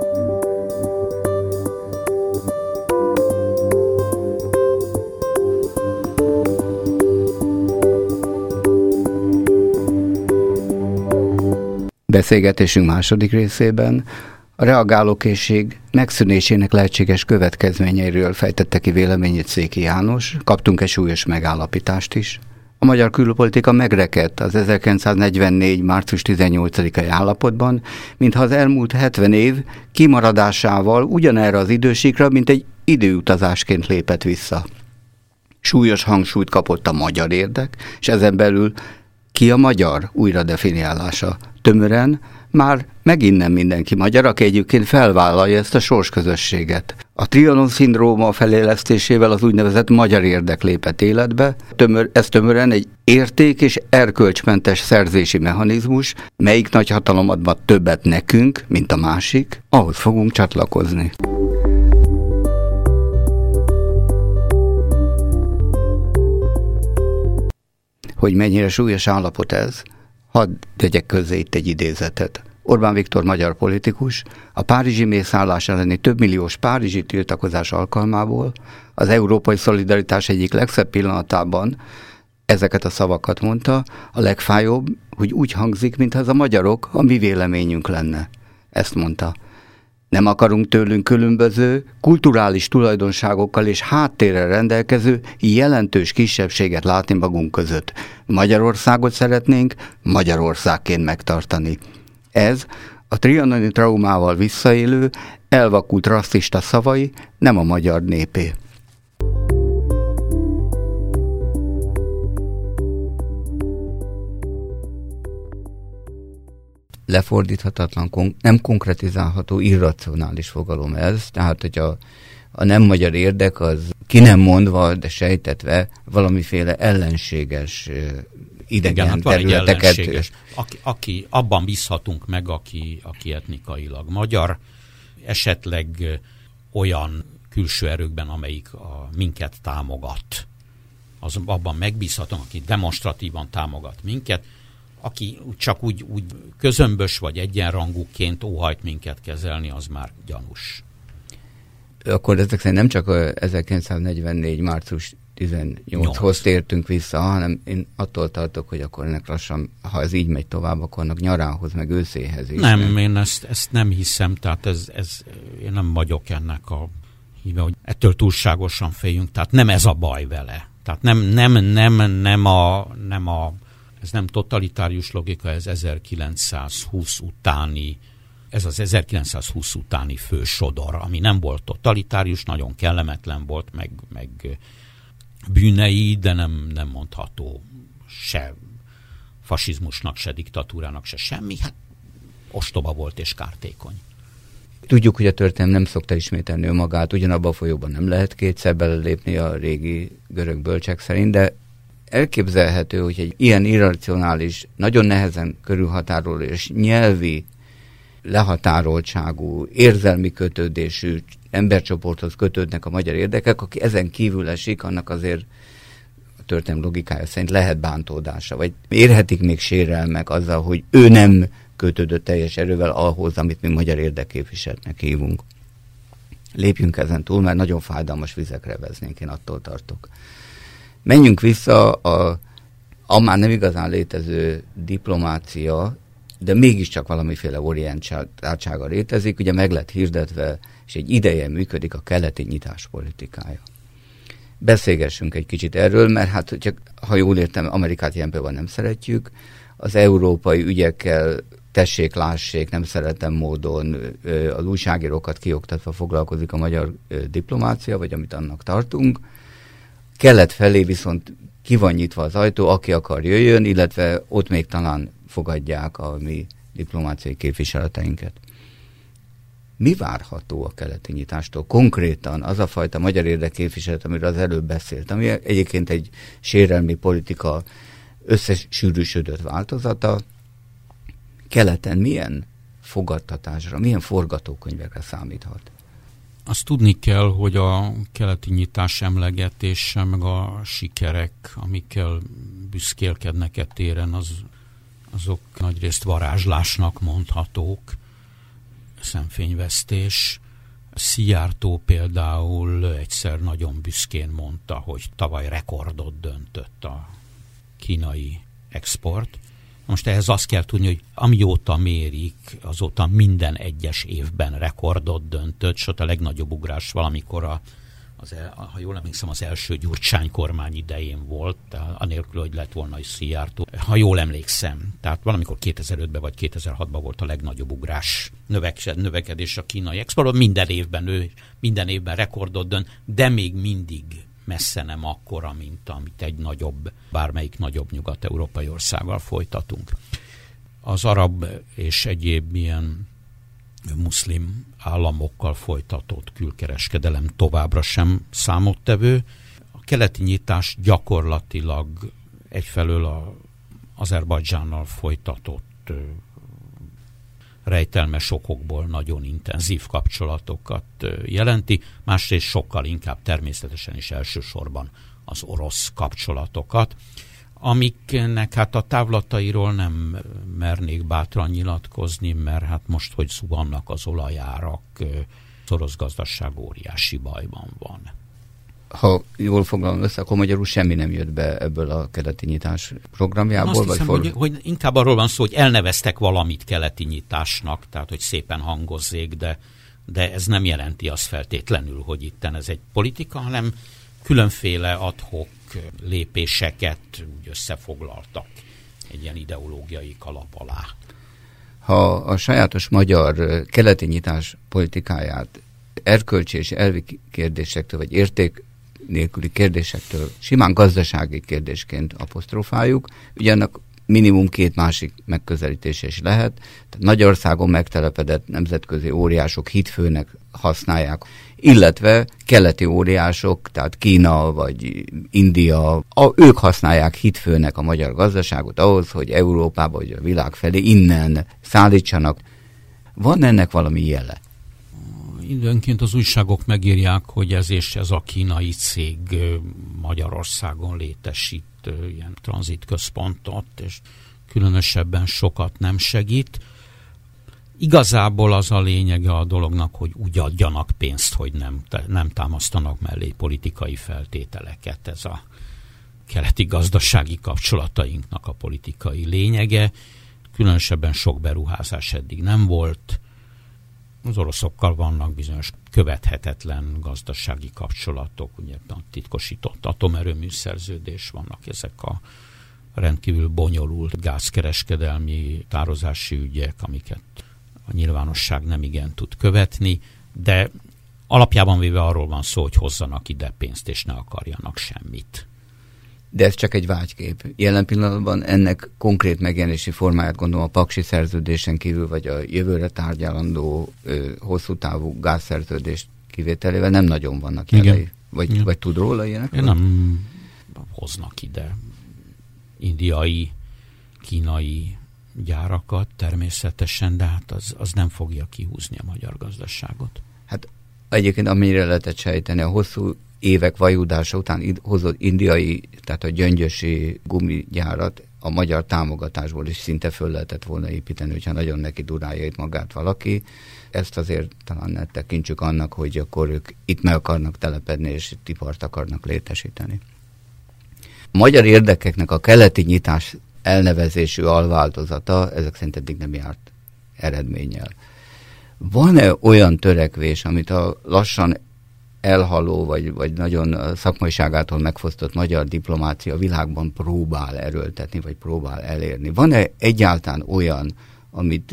Beszélgetésünk második részében a reagálókészség megszűnésének lehetséges következményeiről fejtette ki véleményét Széki János. Kaptunk egy súlyos megállapítást is. A magyar külpolitika megrekedt az 1944. március 18-ai állapotban, mintha az elmúlt 70 év kimaradásával ugyanerre az idősíkra, mint egy időutazásként lépett vissza. Súlyos hangsúlyt kapott a magyar érdek, és ezen belül ki a magyar újradefiniálása. Tömören már megint nem mindenki magyar, aki egyébként felvállalja ezt a sorsközösséget. A Trianon-szindróma felélesztésével az úgynevezett magyar érdek lépett életbe. Ez tömören egy érték- és erkölcsmentes szerzési mechanizmus, melyik nagyhatalom ad többet nekünk, mint a másik, ahhoz fogunk csatlakozni. Hogy mennyire súlyos állapot ez, hadd tegyek közzé itt egy idézetet. Orbán Viktor magyar politikus a párizsi mészállás elleni több milliós párizsi tiltakozás alkalmából az európai szolidaritás egyik legszebb pillanatában ezeket a szavakat mondta, a legfájóbb, hogy úgy hangzik, mintha ez a magyarok a mi véleményünk lenne. Ezt mondta. Nem akarunk tőlünk különböző, kulturális tulajdonságokkal és háttérrel rendelkező jelentős kisebbséget látni magunk között. Magyarországot szeretnénk Magyarországként megtartani. Ez a trianoni traumával visszaélő, elvakult rasszista szavai, nem a magyar népé. Lefordíthatatlan, nem konkretizálható, irracionális fogalom ez, tehát hogy a nem magyar érdek az ki nem mondva, de sejtetve valamiféle ellenséges idegen területeket. Aki abban bízhatunk meg, aki etnikailag magyar, esetleg olyan külső erőkben, amelyik minket támogat. Abban megbízhatunk, aki demonstratívan támogat minket, aki csak úgy közömbös vagy egyenrangúként óhajt minket kezelni, az már gyanús. Akkor ezek szerint nem csak 1944. március 18-hoz tértünk vissza, hanem én attól tartok, hogy akkor ennek lassan, ha ez így megy tovább, akkor annak nyarához, meg őszéhez is. Nem, én ezt nem hiszem, tehát én nem vagyok ennek a híve, hogy ettől túlságosan féljünk, tehát nem ez a baj vele. Tehát ez nem totalitárius logika, ez 1920 utáni, ez az 1920 utáni fősodor, ami nem volt totalitárius, nagyon kellemetlen volt, meg bűnei, de nem mondható se fasizmusnak, se diktatúrának, se semmi. Hát ostoba volt és kártékony. Tudjuk, hogy a történelem nem szokta ismételni önmagát, ugyanabban a folyóban nem lehet kétszer belelépni a régi görög bölcsek szerint, de elképzelhető, hogy egy ilyen irracionális, nagyon nehezen körülhatároló és nyelvi lehatároltságú, érzelmi kötődésű embercsoporthoz kötődnek a magyar érdekek, aki ezen kívül esik, annak azért a történelem logikája szerint lehet bántódása, vagy érhetik még sérelmek azzal, hogy ő nem kötődött teljes erővel ahhoz, amit mi magyar érdekképviseltnek hívunk. Lépjünk ezen túl, mert nagyon fájdalmas vizekre veznénk, én attól tartok. Menjünk vissza a már nem igazán létező diplomácia, de mégiscsak valamiféle orientáltsága létezik, ugye meg lett hirdetve, és egy ideje működik a keleti nyitás politikája. Beszélgessünk egy kicsit erről, mert hát, csak, ha jól értem, Amerikát ilyen például nem szeretjük, az európai ügyekkel tessék-lássék, nem szeretem módon az újságírókat kioktatva foglalkozik a magyar diplomácia, vagy amit annak tartunk. Kelet felé viszont ki van nyitva az ajtó, aki akar jöjjön, illetve ott még talán fogadják a mi diplomáciai képviseleteinket. Mi várható a keleti nyitástól? Konkrétan az a fajta magyar érdekképviselet, amiről az előbb beszélt, ami egyébként egy sérelmi politika összesűrűsödött változata, keleten milyen fogadtatásra, milyen forgatókönyvekre számíthat? Azt tudni kell, hogy a keleti nyitás emlegetése, meg a sikerek, amikkel büszkélkednek e téren, azok nagyrészt varázslásnak mondhatók, szemfényvesztés. Szijjártó például egyszer nagyon büszkén mondta, hogy tavaly rekordot döntött a kínai export. Most ehhez azt kell tudni, hogy amióta mérik, azóta minden egyes évben rekordot döntött, sőt a legnagyobb ugrás valamikor ha jól emlékszem, az első Gyurcsány kormány idején volt, anélkül, hogy lett volna is Szijjártó. Ha jól emlékszem, tehát valamikor 2005-ben vagy 2006-ban volt a legnagyobb ugrás, növekedés a kínai exportban. Minden évben rekordot dönt, de még mindig messze nem akkora, mint amit bármelyik nagyobb nyugat-európai országgal folytatunk. Az arab és egyéb ilyen muszlim államokkal folytatott külkereskedelem továbbra sem számottevő. A keleti nyitás gyakorlatilag egyfelől Azerbajdzsánnal folytatott rejtelmes okokból nagyon intenzív kapcsolatokat jelenti, másrészt sokkal inkább természetesen is elsősorban az orosz kapcsolatokat, amiknek hát a távlatairól nem mernék bátran nyilatkozni, mert hát most, hogy zuhannak az olajárak, az orosz gazdaság óriási bajban van. Ha jól foglalom össze, akkor magyarul semmi nem jött be ebből a keleti nyitás programjából? Azt hiszem, hogy inkább arról van szó, hogy elneveztek valamit keleti nyitásnak, tehát hogy szépen hangozzék, de ez nem jelenti azt feltétlenül, hogy itten ez egy politika, hanem különféle ad-hoc lépéseket úgy összefoglaltak egy ilyen ideológiai kalap alá. Ha a sajátos magyar keleti nyitás politikáját erkölcsi és elvi kérdésektől, vagy érték nélküli kérdésektől simán gazdasági kérdésként apostrofáljuk, ugye annak minimum két másik megközelítése is lehet. Tehát Magyarországon megtelepedett nemzetközi óriások hitfőnek használják, illetve keleti óriások, tehát Kína vagy India, ők használják hitfőnek a magyar gazdaságot ahhoz, hogy Európába vagy a világ felé innen szállítsanak. Van ennek valami jele? Időnként az újságok megírják, hogy ez a kínai cég Magyarországon létesít ilyen tranzitközpontot, és különösebben sokat nem segít. Igazából az a lényege a dolognak, hogy úgy adjanak pénzt, hogy nem támasztanak mellé politikai feltételeket. Ez a keleti gazdasági kapcsolatainknak a politikai lényege. Különösebben sok beruházás eddig nem volt. Az oroszokkal vannak bizonyos követhetetlen gazdasági kapcsolatok, ugye a titkosított atomerőmű szerződés, vannak ezek a rendkívül bonyolult gázkereskedelmi tározási ügyek, amiket a nyilvánosság nem igen tud követni, de alapjában véve arról van szó, hogy hozzanak ide pénzt, és ne akarjanak semmit. De ez csak egy vágykép. Jelen pillanatban ennek konkrét megjelenési formáját gondolom a paksi szerződésen kívül, vagy a jövőre tárgyalandó hosszú távú gázszerződés kivételével nem nagyon vannak jelei. Vagy tud róla ilyenekről? Nem hoznak ide indiai, kínai gyárakat természetesen, de hát az nem fogja kihúzni a magyar gazdaságot. Hát egyébként amennyire lehetett sejteni, a hosszú évek vajudása után hozott indiai, tehát a gyöngyösi gumigyárat a magyar támogatásból is szinte föl lehetett volna építeni, hogyha nagyon neki durálja itt magát valaki. Ezt azért talán ne tekintsük annak, hogy akkor ők itt meg akarnak telepedni, és itt ipart akarnak létesíteni. A magyar érdekeknek a keleti nyitás elnevezésű alváltozata ezek szerint eddig nem járt eredménnyel. Van-e olyan törekvés, amit a lassan elhaló, vagy nagyon szakmaiságától megfosztott magyar diplomácia világban próbál erőltetni, vagy próbál elérni? Van-e egyáltalán olyan, amit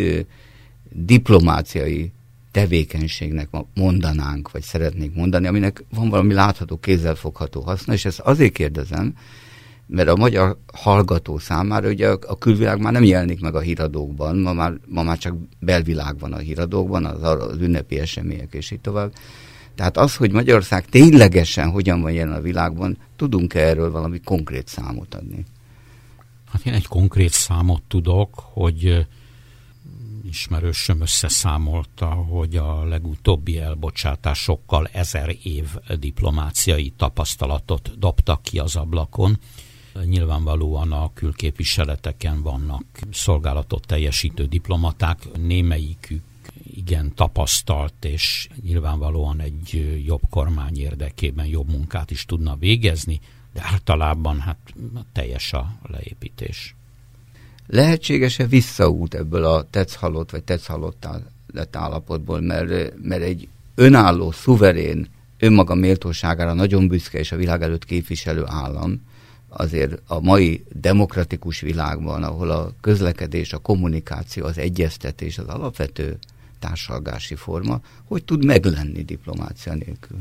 diplomáciai tevékenységnek mondanánk, vagy szeretnénk mondani, aminek van valami látható, kézzelfogható haszna, és ezt azért kérdezem, mert a magyar hallgató számára ugye a külvilág már nem jelenik meg a híradókban, ma már csak belvilág van a híradókban, az ünnepi események és így tovább. Tehát az, hogy Magyarország ténylegesen hogyan van jelen a világban, tudunk-e erről valami konkrét számot adni? Hát én egy konkrét számot tudok, hogy ismerősöm összeszámolta, hogy a legutóbbi elbocsátásokkal 1000 év diplomáciai tapasztalatot dobtak ki az ablakon. Nyilvánvalóan a külképviseleteken vannak szolgálatot teljesítő diplomaták, némelyikük igen tapasztalt, és nyilvánvalóan egy jobb kormány érdekében jobb munkát is tudna végezni, de általában hát teljes a leépítés. Lehetséges-e visszaút ebből a tetszhalott vagy tetszhalottá lett állapotból, mert egy önálló, szuverén önmaga méltóságára nagyon büszke és a világ előtt képviselő állam, azért a mai demokratikus világban, ahol a közlekedés, a kommunikáció, az egyeztetés az alapvető társalgási forma, hogy tud meglenni diplomácia nélkül?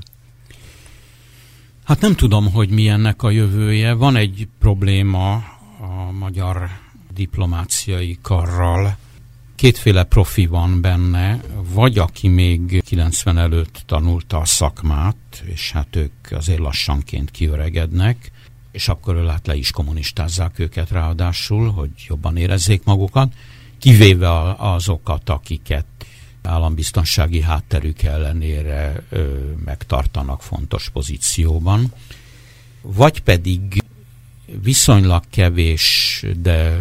Hát nem tudom, hogy mi ennek a jövője. Van egy probléma a magyar diplomáciai karral. Kétféle profi van benne, vagy aki még 90 előtt tanulta a szakmát, és hát ők azért lassanként kiöregednek, és akkor hát le is kommunistázzák őket ráadásul, hogy jobban érezzék magukat, kivéve azokat, akiket állambiztonsági hátterük ellenére megtartanak fontos pozícióban. Vagy pedig viszonylag kevés, de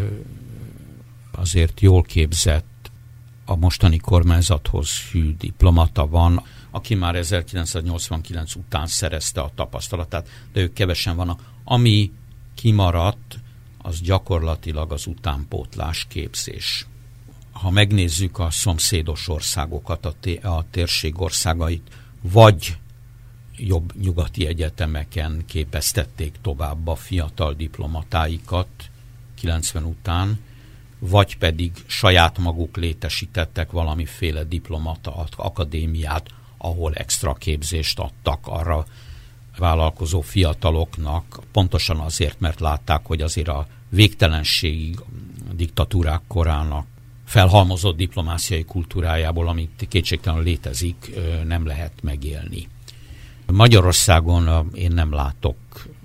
azért jól képzett, a mostani kormányzathoz hű diplomata van, aki már 1989 után szerezte a tapasztalatát, de ők kevesen vannak. Ami kimaradt, az gyakorlatilag az utánpótlás képzés. Ha megnézzük a szomszédos országokat, a térség országait, vagy jobb nyugati egyetemeken képeztették tovább a fiatal diplomatáikat 90 után, vagy pedig saját maguk létesítettek valamiféle diplomata akadémiát, ahol extra képzést adtak arra vállalkozó fiataloknak, pontosan azért, mert látták, hogy azért a végtelenségig diktatúrák korának felhalmozott diplomáciai kultúrájából, amit kétségtelenül létezik, nem lehet megélni. Magyarországon én nem látok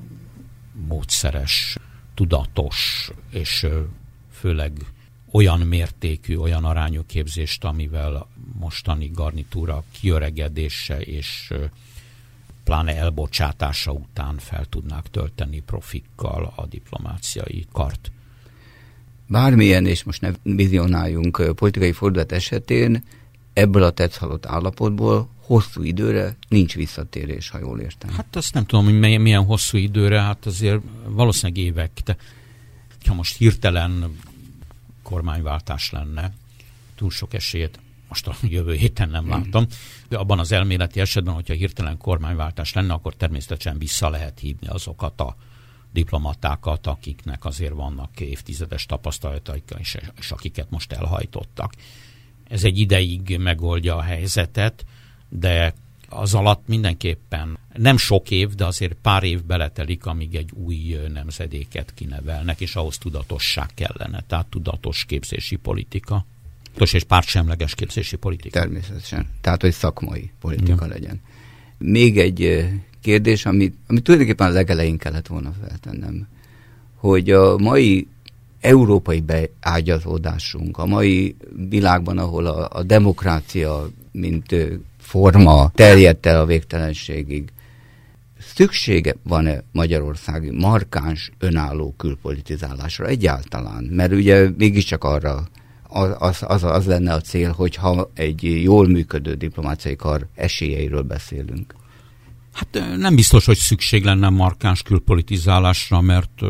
módszeres, tudatos és főleg olyan mértékű, olyan arányú képzést, amivel mostani garnitúra kiöregedése és pláne elbocsátása után fel tudnák tölteni profikkal a diplomáciai kart. Bármilyen, és most ne vizionáljunk politikai fordulat esetén, ebből a tetszhalott állapotból hosszú időre nincs visszatérés, ha jól értem. Hát azt nem tudom, hogy milyen hosszú időre, hát azért valószínűleg évek. Ha most hirtelen kormányváltás lenne, túl sok esélyt most a jövő héten nem látom, de abban az elméleti esetben, hogyha hirtelen kormányváltás lenne, akkor természetesen vissza lehet hívni azokat a diplomatákat, akiknek azért vannak évtizedes tapasztalataik, és akiket most elhajtottak. Ez egy ideig megoldja a helyzetet, de az alatt mindenképpen nem sok év, de azért pár év beletelik, amíg egy új nemzedéket kinevelnek, és ahhoz tudatosság kellene, tehát tudatos képzési politika. És pártsemleges képzési politika. Természetesen. Tehát, hogy szakmai politika legyen. Még egy kérdés, amit tulajdonképpen a legelején kellett volna feltennem, hogy a mai európai beágyazódásunk, a mai világban, ahol a demokrácia, mint forma terjedt el a végtelenségig, szüksége van-e Magyarország markáns, önálló külpolitizálásra egyáltalán? Mert ugye mégiscsak arra az lenne a cél, hogyha egy jól működő diplomáciai kar esélyeiről beszélünk. Hát nem biztos, hogy szükség lenne markáns külpolitizálásra, mert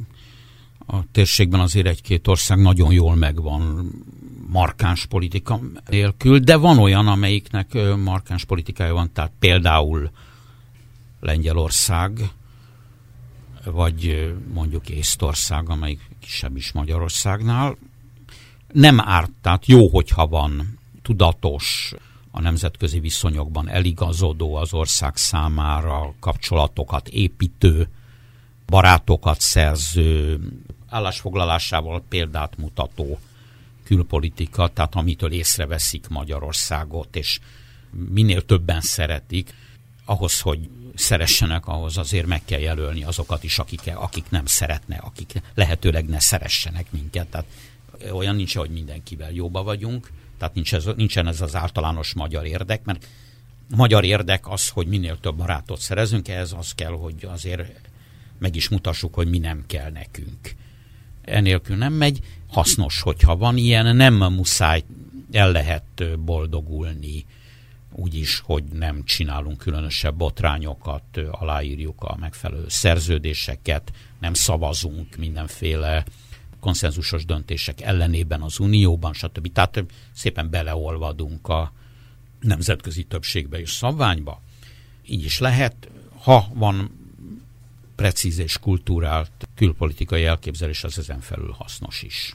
a térségben azért egy-két ország nagyon jól megvan markáns politika nélkül, de van olyan, amelyiknek markáns politikája van, tehát például Lengyelország, vagy mondjuk Észtország, amelyik kisebb is Magyarországnál. Nem árt, tehát jó, hogyha van tudatos, a nemzetközi viszonyokban eligazodó, az ország számára kapcsolatokat építő, barátokat szerző, állásfoglalásával példát mutató külpolitika, tehát amitől észreveszik Magyarországot, és minél többen szeretik, ahhoz, hogy szeressenek, ahhoz azért meg kell jelölni azokat is, akik nem szeretnek, akik lehetőleg ne szeressenek minket. Tehát olyan nincs, hogy mindenkivel jóba vagyunk, tehát nincsen ez az általános magyar érdek, mert a magyar érdek az, hogy minél több barátot szerezünk, ehhez az kell, hogy azért meg is mutassuk, hogy mi nem kell nekünk. Enélkül nem megy. Hasznos, hogyha van ilyen, nem muszáj, el lehet boldogulni úgyis, hogy nem csinálunk különösebb botrányokat, aláírjuk a megfelelő szerződéseket, nem szavazunk mindenféle konszenzusos döntések ellenében az Unióban, stb. Tehát szépen beleolvadunk a nemzetközi többségbe és szabványba. így is lehet, ha van precíz és kultúrált külpolitikai elképzelés, az ezen felül hasznos is.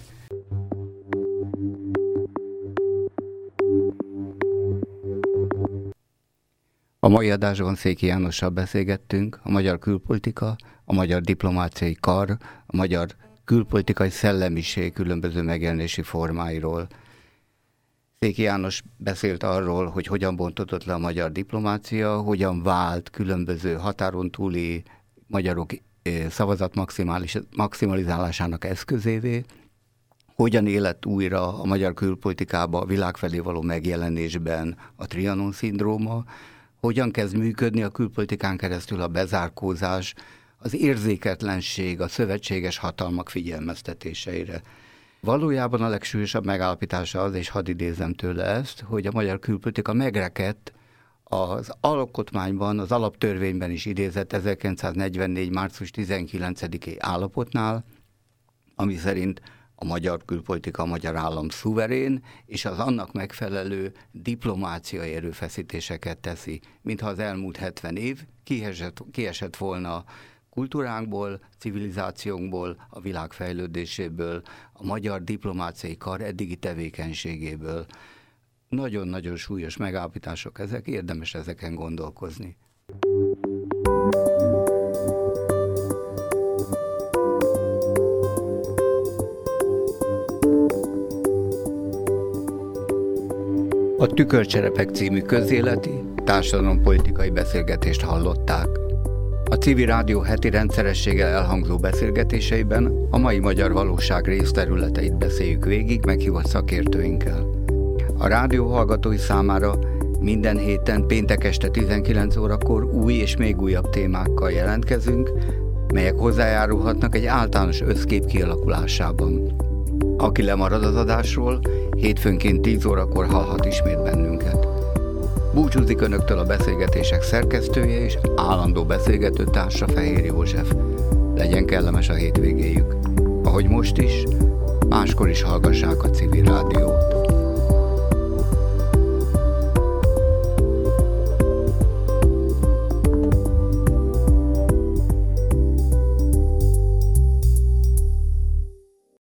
A mai adásban Székely Jánossal beszélgettünk a magyar külpolitika, a magyar diplomáciai kar, a magyar külpolitikai szellemiség különböző megjelenési formáiról. Székely János beszélt arról, hogy hogyan bontódott le a magyar diplomácia, hogyan vált különböző határon túli magyarok szavazat maximalizálásának eszközévé, hogyan élet újra a magyar külpolitikába a világ felé való megjelenésben a Trianon-szindróma, hogyan kezd működni a külpolitikán keresztül a bezárkózás, az érzéketlenség a szövetséges hatalmak figyelmeztetéseire. Valójában a legsúlyosabb megállapítása az, és hadd idézem tőle ezt, hogy a magyar külpolitika megrekedt az alkotmányban, az alaptörvényben is idézett 1944. március 19-i állapotnál, ami szerint a magyar külpolitika, a magyar állam szuverén, és az annak megfelelő diplomáciai erőfeszítéseket teszi, mintha az elmúlt 70 év kiesett volna kultúránkból, civilizációnkból, a világ fejlődéséből, a magyar diplomáciai kar eddigi tevékenységéből. Nagyon-nagyon súlyos megállapítások ezek, érdemes ezeken gondolkozni. A Tükörcserepek című közéleti, társadalompolitikai beszélgetést hallották. A Civil Rádió heti rendszerességgel elhangzó beszélgetéseiben a mai magyar valóság részterületeit beszéljük végig meghívott szakértőinkkel. A rádió hallgatói számára minden héten péntek este 19 órakor új és még újabb témákkal jelentkezünk, melyek hozzájárulhatnak egy általános összkép kialakulásában. Aki lemarad az adásról, hétfőnként 10 órakor hallhat ismét bennünket. Búcsúzik önöktől a beszélgetések szerkesztője és állandó beszélgető társa Fehér József. Legyen kellemes a hétvégéjük. Ahogy most is, máskor is hallgassák a Civil Rádiót.